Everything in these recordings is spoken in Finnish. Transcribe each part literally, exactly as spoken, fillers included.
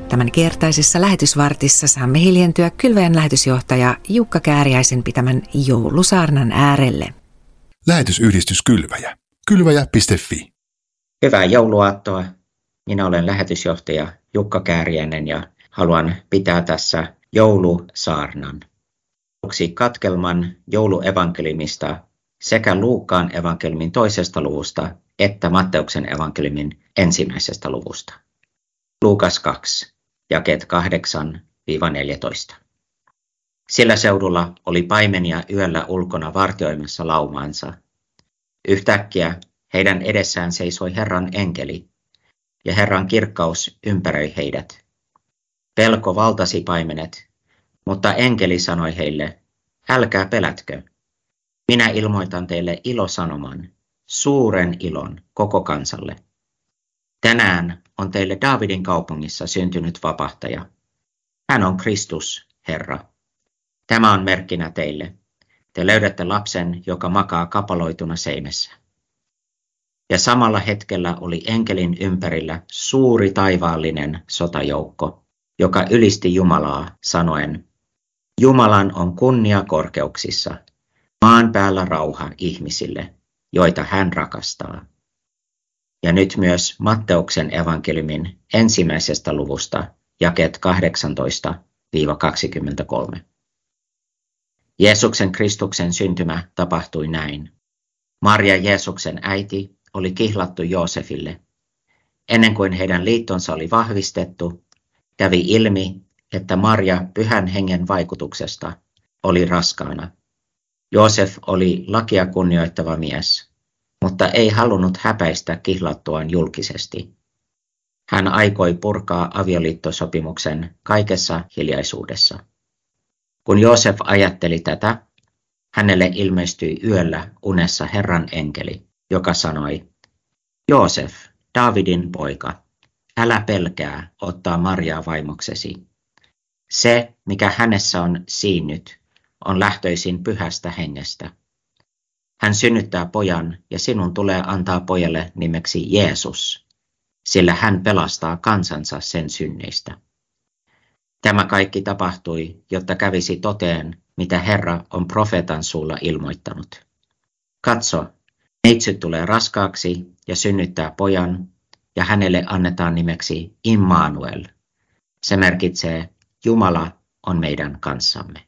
Tämän kertaisessa lähetysvartissa saamme hiljentyä Kylväjän lähetysjohtaja Jukka Kääriäisen pitämän joulusaarnan äärelle. Lähetysyhdistys Kylväjä. Kylväjä piste fi. Hyvää jouluaattoa. Minä olen lähetysjohtaja Jukka Kääriäinen ja haluan pitää tässä joulusaarnan. Aluksi katkelman jouluevankeliumista sekä Luukkaan evankeliumin toisesta luvusta että Matteuksen evankeliumin ensimmäisestä luvusta. Luukas kaksi, jakeet kahdeksan neljätoista. Sillä seudulla oli paimenia yöllä ulkona vartioimassa laumaansa. Yhtäkkiä heidän edessään seisoi Herran enkeli, ja Herran kirkkaus ympäröi heidät. Pelko valtasi paimenet, mutta enkeli sanoi heille, älkää pelätkö. Minä ilmoitan teille ilosanoman, suuren ilon koko kansalle. Tänään on teille Daavidin kaupungissa syntynyt vapahtaja. Hän on Kristus, Herra. Tämä on merkkinä teille. Te löydätte lapsen, joka makaa kapaloituna seimessä. Ja samalla hetkellä oli enkelin ympärillä suuri taivaallinen sotajoukko, joka ylisti Jumalaa sanoen, Jumalan on kunnia korkeuksissa, maan päällä rauha ihmisille, joita hän rakastaa. Ja nyt myös Matteuksen evankeliumin ensimmäisestä luvusta, jakeet kahdeksantoista kaksikymmentäkolme. Jeesuksen Kristuksen syntymä tapahtui näin. Maria Jeesuksen äiti oli kihlattu Joosefille. Ennen kuin heidän liittonsa oli vahvistettu, kävi ilmi, että Maria pyhän hengen vaikutuksesta oli raskaana. Joosef oli lakia kunnioittava mies, mutta ei halunnut häpäistä kihlattuaan julkisesti. Hän aikoi purkaa avioliittosopimuksen kaikessa hiljaisuudessa. Kun Joosef ajatteli tätä, hänelle ilmestyi yöllä unessa Herran enkeli, joka sanoi, Joosef, Daavidin poika, älä pelkää ottaa Mariaa vaimoksesi. Se, mikä hänessä on siinnyt, on lähtöisin pyhästä hengestä. Hän synnyttää pojan ja sinun tulee antaa pojalle nimeksi Jeesus, sillä hän pelastaa kansansa sen synneistä. Tämä kaikki tapahtui, jotta kävisi toteen, mitä Herra on profeetan suulla ilmoittanut. Katso, neitsyt tulee raskaaksi ja synnyttää pojan, ja hänelle annetaan nimeksi Immanuel. Se merkitsee, Jumala on meidän kanssamme.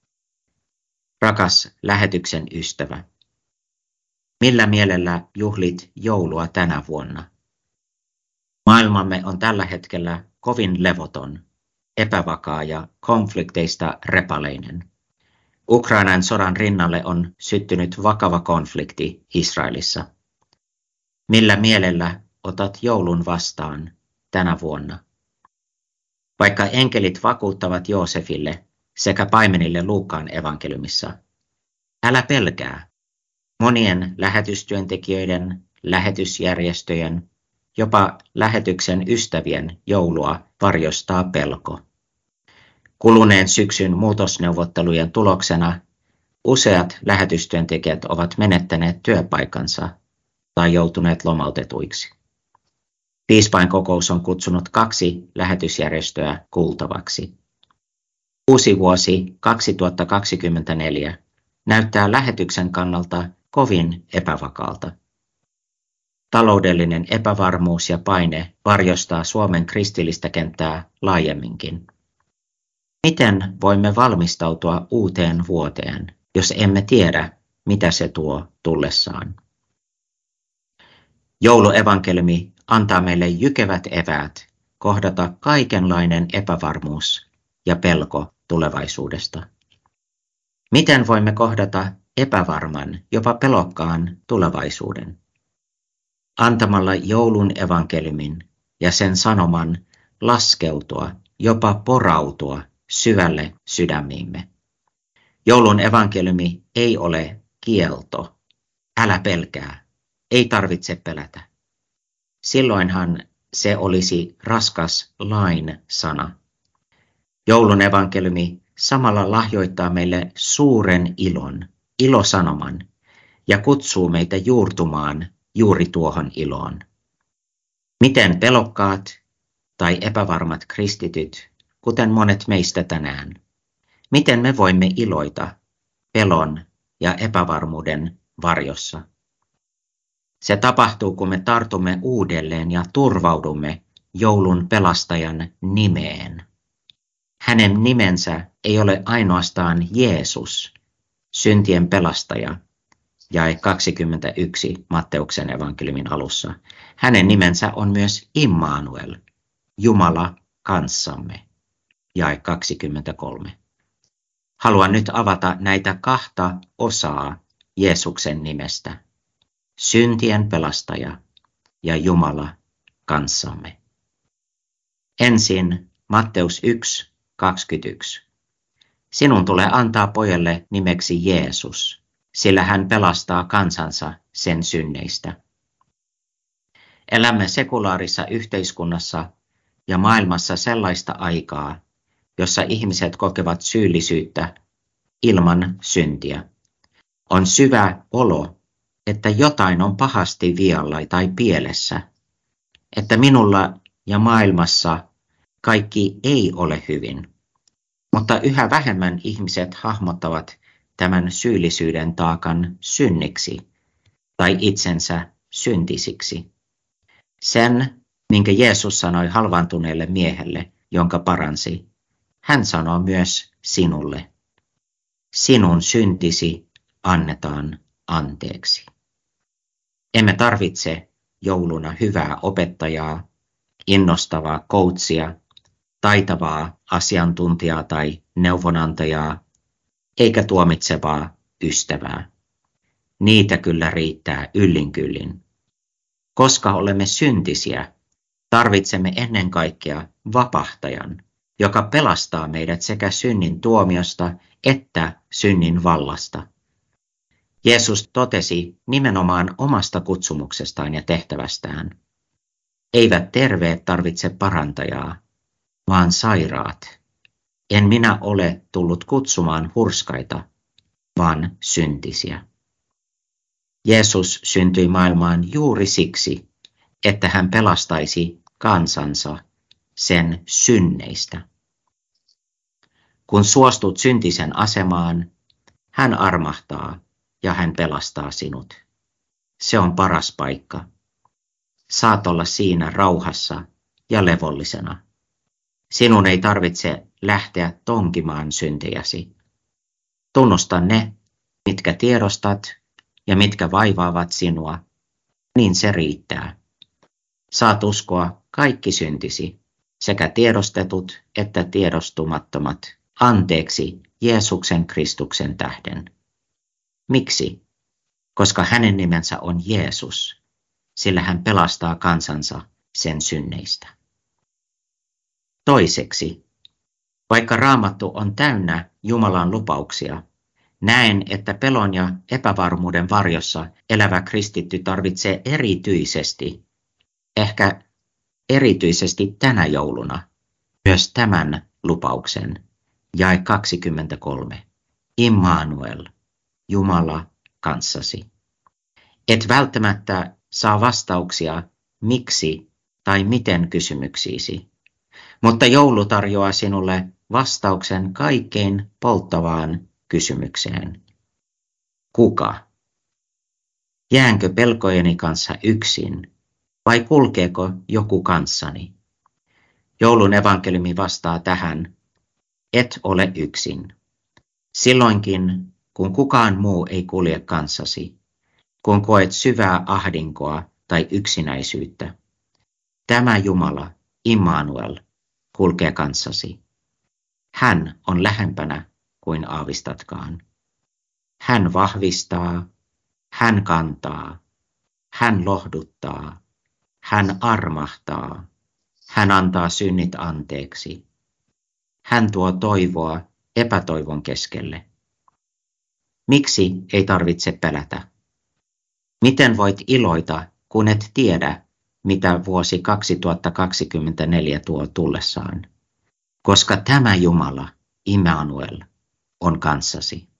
Rakas lähetyksen ystävä, millä mielellä juhlit joulua tänä vuonna? Maailmamme on tällä hetkellä kovin levoton, epävakaa ja konflikteista repaleinen. Ukrainan sodan rinnalle on syttynyt vakava konflikti Israelissa. Millä mielellä otat joulun vastaan tänä vuonna? Vaikka enkelit vakuuttavat Joosefille sekä paimenille Luukkaan evankeliumissa, älä pelkää. Monien lähetystyöntekijöiden, lähetysjärjestöjen, jopa lähetyksen ystävien joulua varjostaa pelko. Kuluneen syksyn muutosneuvottelujen tuloksena useat lähetystyöntekijät ovat menettäneet työpaikansa tai joutuneet lomautetuiksi. Piispainkokous on kutsunut kaksi lähetysjärjestöä kuultavaksi. Uusi vuosi kaksituhattakaksikymmentäneljä näyttää lähetyksen kannalta kovin epävakaalta. Taloudellinen epävarmuus ja paine varjostaa Suomen kristillistä kenttää laajemminkin. Miten voimme valmistautua uuteen vuoteen, jos emme tiedä, mitä se tuo tullessaan? Jouluevankeliumi antaa meille jykevät eväät kohdata kaikenlainen epävarmuus ja pelko tulevaisuudesta. Miten voimme kohdata epävarman, jopa pelokkaan tulevaisuuden? Antamalla joulun evankeliumin ja sen sanoman laskeutua, jopa porautua syvälle sydämiimme. Joulun evankeliumi ei ole kielto. Älä pelkää. Ei tarvitse pelätä. Silloinhan se olisi raskas lain sana. Joulun evankeliumi samalla lahjoittaa meille suuren ilon, ilosanoman, ja kutsuu meitä juurtumaan juuri tuohon iloon. Miten pelokkaat tai epävarmat kristityt, kuten monet meistä tänään, miten me voimme iloita pelon ja epävarmuuden varjossa? Se tapahtuu, kun me tartumme uudelleen ja turvaudumme joulun pelastajan nimeen. Hänen nimensä ei ole ainoastaan Jeesus, syntien pelastaja, jae kaksikymmentäyksi Matteuksen evankeliumin alussa. Hänen nimensä on myös Immanuel, Jumala kanssamme, jae kaksikymmentäkolme. Haluan nyt avata näitä kahta osaa Jeesuksen nimestä. Syntien pelastaja ja Jumala kanssamme. Ensin Matteus yksi kaksikymmentäyksi. Sinun tulee antaa pojalle nimeksi Jeesus, sillä hän pelastaa kansansa sen synneistä. Elämme sekulaarissa yhteiskunnassa ja maailmassa sellaista aikaa, jossa ihmiset kokevat syyllisyyttä ilman syntiä. On syvä olo, että jotain on pahasti vialla tai pielessä, että minulla ja maailmassa kaikki ei ole hyvin. Mutta yhä vähemmän ihmiset hahmottavat tämän syyllisyyden taakan synniksi tai itsensä syntisiksi. Sen, minkä Jeesus sanoi halvaantuneelle miehelle, jonka paransi, hän sanoo myös sinulle. Sinun syntisi annetaan anteeksi. Emme tarvitse jouluna hyvää opettajaa, innostavaa coachia, taitavaa asiantuntijaa tai neuvonantajaa, eikä tuomitsevaa ystävää. Niitä kyllä riittää yllin kyllin. Koska olemme syntisiä, tarvitsemme ennen kaikkea vapahtajan, joka pelastaa meidät sekä synnin tuomiosta että synnin vallasta. Jeesus totesi nimenomaan omasta kutsumuksestaan ja tehtävästään. Eivät terveet tarvitse parantajaa, vaan sairaat. En minä ole tullut kutsumaan hurskaita, vaan syntisiä. Jeesus syntyi maailmaan juuri siksi, että hän pelastaisi kansansa sen synneistä. Kun suostut syntisen asemaan, hän armahtaa ja hän pelastaa sinut. Se on paras paikka. Saat olla siinä rauhassa ja levollisena. Sinun ei tarvitse lähteä tonkimaan syntejäsi. Tunnusta ne, mitkä tiedostat ja mitkä vaivaavat sinua, niin se riittää. Saat uskoa kaikki syntisi, sekä tiedostetut että tiedostumattomat, anteeksi Jeesuksen Kristuksen tähden. Miksi? Koska hänen nimensä on Jeesus, sillä hän pelastaa kansansa sen synneistä. Toiseksi, vaikka Raamattu on täynnä Jumalan lupauksia, näen, että pelon ja epävarmuuden varjossa elävä kristitty tarvitsee erityisesti, ehkä erityisesti tänä jouluna, myös tämän lupauksen, jae kaksikymmentäkolme. Immanuel, Jumala kanssasi. Et välttämättä saa vastauksia miksi tai miten kysymyksiisi, mutta joulu tarjoaa sinulle vastauksen kaikkein polttavaan kysymykseen. Kuka? Jäänkö pelkojeni kanssa yksin vai kulkeeko joku kanssani? Joulun evankeliumi vastaa tähän, et ole yksin. Silloinkin, kun kukaan muu ei kulje kanssasi, kun koet syvää ahdinkoa tai yksinäisyyttä, tämä Jumala, Immanuel, kulkee kanssasi. Hän on lähempänä kuin aavistatkaan. Hän vahvistaa, hän kantaa, hän lohduttaa, hän armahtaa, hän antaa synnit anteeksi. Hän tuo toivoa epätoivon keskelle. Miksi ei tarvitse pelätä? Miten voit iloita, kun et tiedä, mitä vuosi kaksituhattakaksikymmentäneljä tuo tullessaan? Koska tämä Jumala, Immanuel, on kanssasi.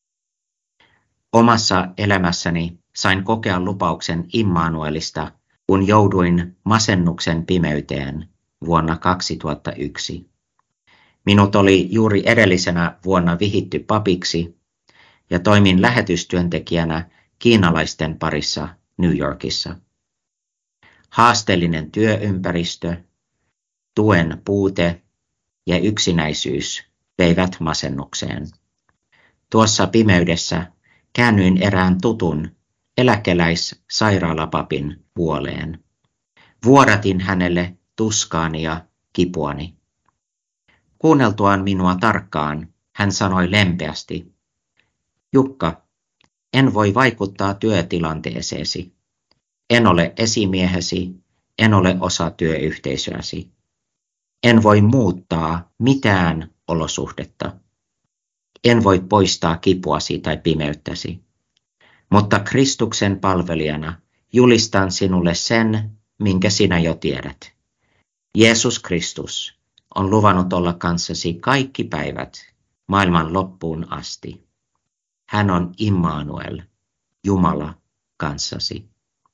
Omassa elämässäni sain kokea lupauksen Immanuelista, kun jouduin masennuksen pimeyteen vuonna kaksituhattayksi. Minut oli juuri edellisenä vuonna vihitty papiksi ja toimin lähetystyöntekijänä kiinalaisten parissa New Yorkissa. Haasteellinen työympäristö, tuen puute ja yksinäisyys veivät masennukseen. Tuossa pimeydessä käännyin erään tutun eläkeläissairaalapapin puoleen. Vuodatin hänelle tuskaani ja kipuani. Kuunneltuaan minua tarkkaan, hän sanoi lempeästi, Jukka, en voi vaikuttaa työtilanteeseesi. En ole esimiehesi, en ole osa työyhteisöäsi. En voi muuttaa mitään olosuhdetta. En voi poistaa kipuasi tai pimeyttäsi. Mutta Kristuksen palvelijana julistan sinulle sen, minkä sinä jo tiedät. Jeesus Kristus on luvannut olla kanssasi kaikki päivät maailman loppuun asti. Hän on Immanuel, Jumala kanssasi.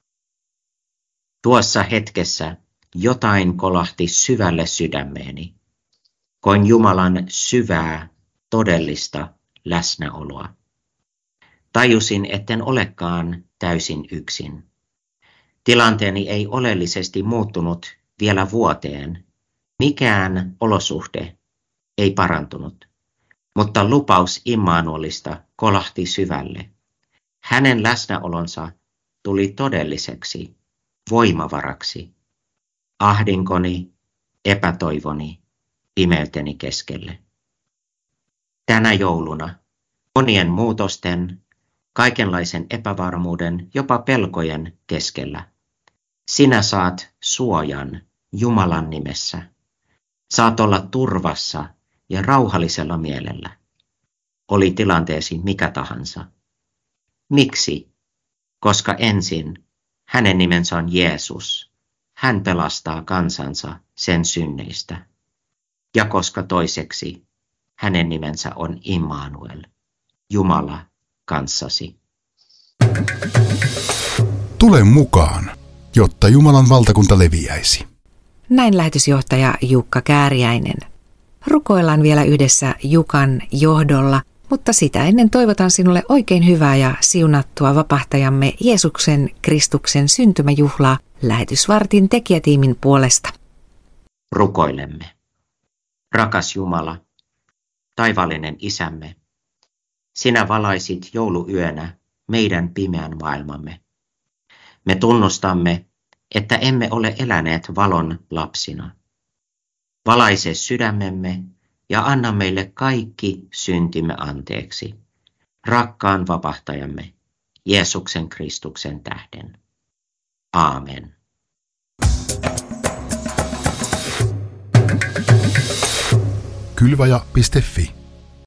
Tuossa hetkessä jotain kolahti syvälle sydämeeni. Koin Jumalan syvää, todellista läsnäoloa. Tajusin, etten olekaan täysin yksin. Tilanteeni ei oleellisesti muuttunut vielä vuoteen. Mikään olosuhde ei parantunut, mutta lupaus Immanuelista kolahti syvälle. Hänen läsnäolonsa tuli todelliseksi, voimavaraksi, ahdinkoni, epätoivoni, pimeyteni keskelle. Tänä jouluna, monien muutosten, kaikenlaisen epävarmuuden, jopa pelkojen keskellä, sinä saat suojan Jumalan nimessä. Saat olla turvassa ja rauhallisella mielellä. Oli tilanteesi mikä tahansa. Miksi? Koska ensin hänen nimensä on Jeesus. Hän pelastaa kansansa sen synneistä. Ja koska toiseksi hänen nimensä on Immanuel, Jumala kanssasi. Tule mukaan, jotta Jumalan valtakunta leviäisi. Näin lähetysjohtaja Jukka Kääriäinen. Rukoillaan vielä yhdessä Jukan johdolla, mutta sitä ennen toivotan sinulle oikein hyvää ja siunattua vapahtajamme Jeesuksen Kristuksen syntymäjuhlaa lähetysvartin tekijätiimin puolesta. Rukoilemme. Rakas Jumala, taivaallinen Isämme, sinä valaisit jouluyönä meidän pimeän maailmamme. Me tunnustamme, että emme ole eläneet valon lapsina. Valaise sydämemme ja anna meille kaikki syntimme anteeksi, rakkaan vapahtajamme, Jeesuksen Kristuksen tähden. Aamen. Kylvaja piste fi